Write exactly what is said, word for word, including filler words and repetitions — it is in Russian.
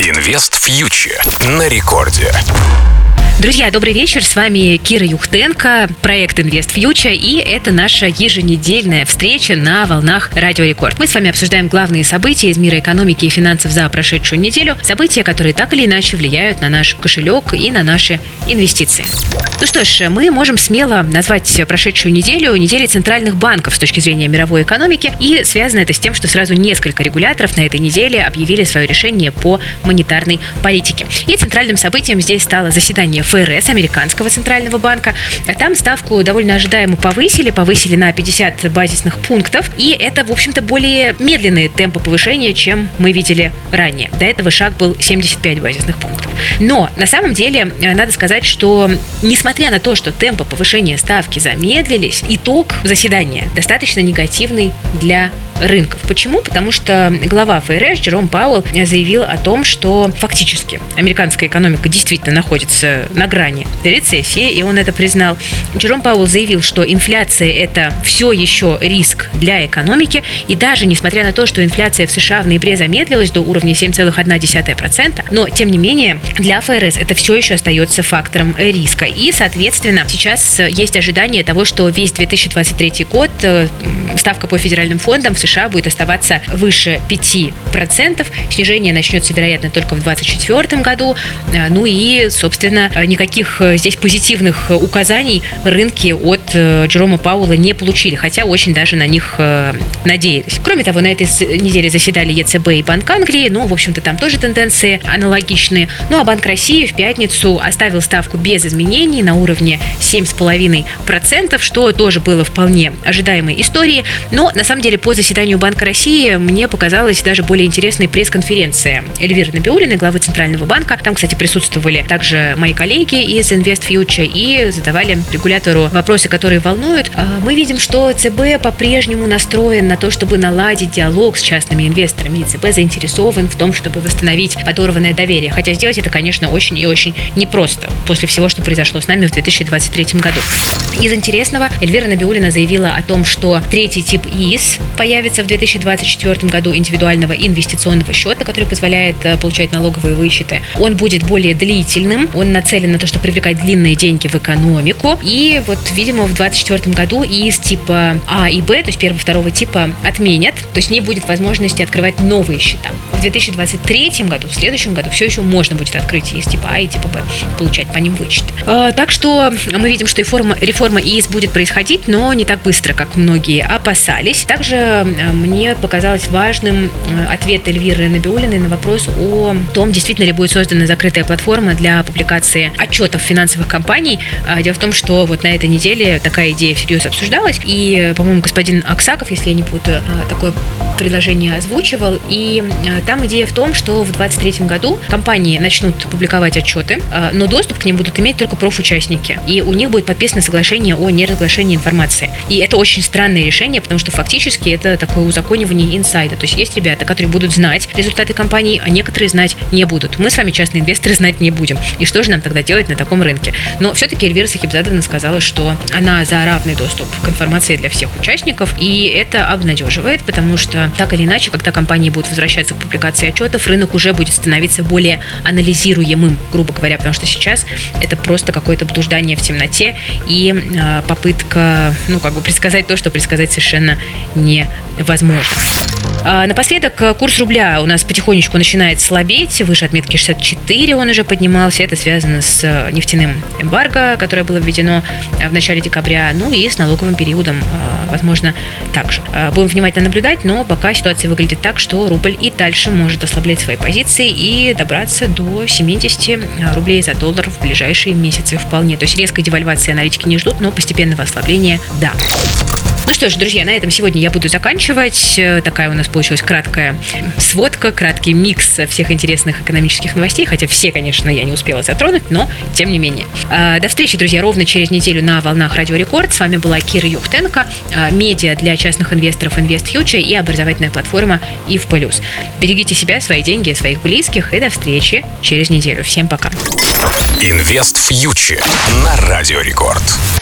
Инвест Фьючер на рекорде. Друзья, добрый вечер, с вами Кира Юхтенко, проект Инвест Фьючер, и это наша еженедельная встреча на волнах Радио Рекорд. Мы с вами обсуждаем главные события из мира экономики и финансов за прошедшую неделю, события, которые так или иначе влияют на наш кошелек и на наши инвестиции. Ну что ж, мы можем смело назвать прошедшую неделю неделей центральных банков с точки зрения мировой экономики, и связано это с тем, что сразу несколько регуляторов на этой неделе объявили свое решение по монетарной политике. И центральным событием здесь стало заседание эф эр эс, американского центрального банка. Там ставку довольно ожидаемо повысили, повысили на пятьдесят базисных пунктов, и это, в общем-то, более медленные темпы повышения, чем мы видели ранее. До этого шаг был семьдесят пять базисных пунктов. Но, на самом деле, надо сказать, что, несмотря на то, что темпы повышения ставки замедлились, итог заседания достаточно негативный для рынков. Почему? Потому что глава эф эр эс Джером Пауэлл заявил о том, что фактически американская экономика действительно находится на грани рецессии, и он это признал. Джером Пауэлл заявил, что инфляция – это все еще риск для экономики, и даже несмотря на то, что инфляция в США в ноябре замедлилась до уровня семь целых одна десятая процента, но, тем не менее, для эф эр эс это все еще остается фактором риска. И, соответственно, сейчас есть ожидание того, что весь две тысячи двадцать третий год ставка по федеральным фондам в США будет оставаться выше пяти процентов. Снижение начнется, вероятно, только в двадцать четвёртом году. Ну и, собственно, никаких здесь позитивных указаний рынки от Джерома Пауэлла не получили, хотя очень даже на них надеялись. Кроме того, на этой неделе заседали е цэ бэ и Банк Англии. Ну, в общем-то, там тоже тенденции аналогичные. Ну, а Банк России в пятницу оставил ставку без изменений на уровне семь целых пять десятых процента, что тоже было вполне ожидаемой историей. Но, на самом деле, по заседанию Банка России мне показалась даже более интересной пресс-конференция Эльвиры Набиуллиной, главы Центрального банка. Там, кстати, присутствовали также мои коллеги из Инвест Фьючер и задавали регулятору вопросы, которые волнуют. Мы видим, что цэ бэ по-прежнему настроен на то, чтобы наладить диалог с частными инвесторами, и цэ бэ заинтересован в том, чтобы восстановить подорванное доверие. Хотя сделать это, конечно, очень и очень непросто после всего, что произошло с нами в две тысячи двадцать третьем году. Из интересного, Эльвира Набиуллина заявила о том, что третий тип ИИС появится в две тысячи двадцать четвёртом году, индивидуального инвестиционного счета, который позволяет получать налоговые вычеты. Он будет более длительным, он нацелен на то, чтобы привлекать длинные деньги в экономику. И вот, видимо, в две тысячи двадцать четвёртом году ИИС типа А и Б, то есть первого и второго типа, отменят, то есть не будет возможности открывать новые счета. В две тысячи двадцать третьем году, в следующем году, все еще можно будет открыть ИИС типа А и типа Б, получать по ним вычеты. А, так что мы видим, что реформа, реформа ИИС будет происходить, но не так быстро, как многие опасались. Также мне показалось важным ответ Эльвиры Набиуллиной на вопрос о том, действительно ли будет создана закрытая платформа для публикации отчетов финансовых компаний. Дело в том, что вот на этой неделе такая идея всерьез обсуждалась, и, по-моему, господин Аксаков, если я не путаю, такое предложение озвучивал, и там идея в том, что в две тысячи двадцать третьем году компании начнут публиковать отчеты, но доступ к ним будут иметь только профучастники, и у них будет подписано соглашение о неразглашении информации. И это очень странное решение, потому что фактически это такое узаконивание инсайда. То есть есть ребята, которые будут знать результаты компании, а некоторые знать не будут. Мы с вами, частные инвесторы, знать не будем. И что же нам тогда делать на таком рынке? Но все-таки Эльвира Сахибзадовна сказала, что она за равный доступ к информации для всех участников, и это обнадеживает, потому что так или иначе, когда компании будут возвращаться к публикации отчетов, рынок уже будет становиться более анализируемым, грубо говоря, потому что сейчас это просто какое-то блуждание в темноте и э, попытка, ну, как бы предсказать то, что предсказать совершенно невозможно. А, напоследок, курс рубля у нас потихонечку начинает слабеть, выше отметки шестьдесят четыре он уже поднимался. Это связано с нефтяным эмбарго, которое было введено в начале декабря, ну и с налоговым периодом, возможно, также. Будем внимательно наблюдать, но пока ситуация выглядит так, что рубль и дальше может ослаблять свои позиции и добраться до семидесяти рублей за доллар в ближайшие месяцы вполне. То есть резкой девальвации аналитики не ждут, но постепенного ослабления – да. Ну что ж, друзья, на этом сегодня я буду заканчивать. Такая у нас получилась краткая сводка, краткий микс всех интересных экономических новостей, хотя все, конечно, я не успела затронуть, но тем не менее. До встречи, друзья, ровно через неделю на волнах Радио Рекорд. С вами была Кира Юхтенко, медиа для частных инвесторов Инвест Фьючер и образовательная платформа ИФ Плюс. Берегите себя, свои деньги, своих близких, и до встречи через неделю. Всем пока. Инвест Фьючер на Радио Рекорд.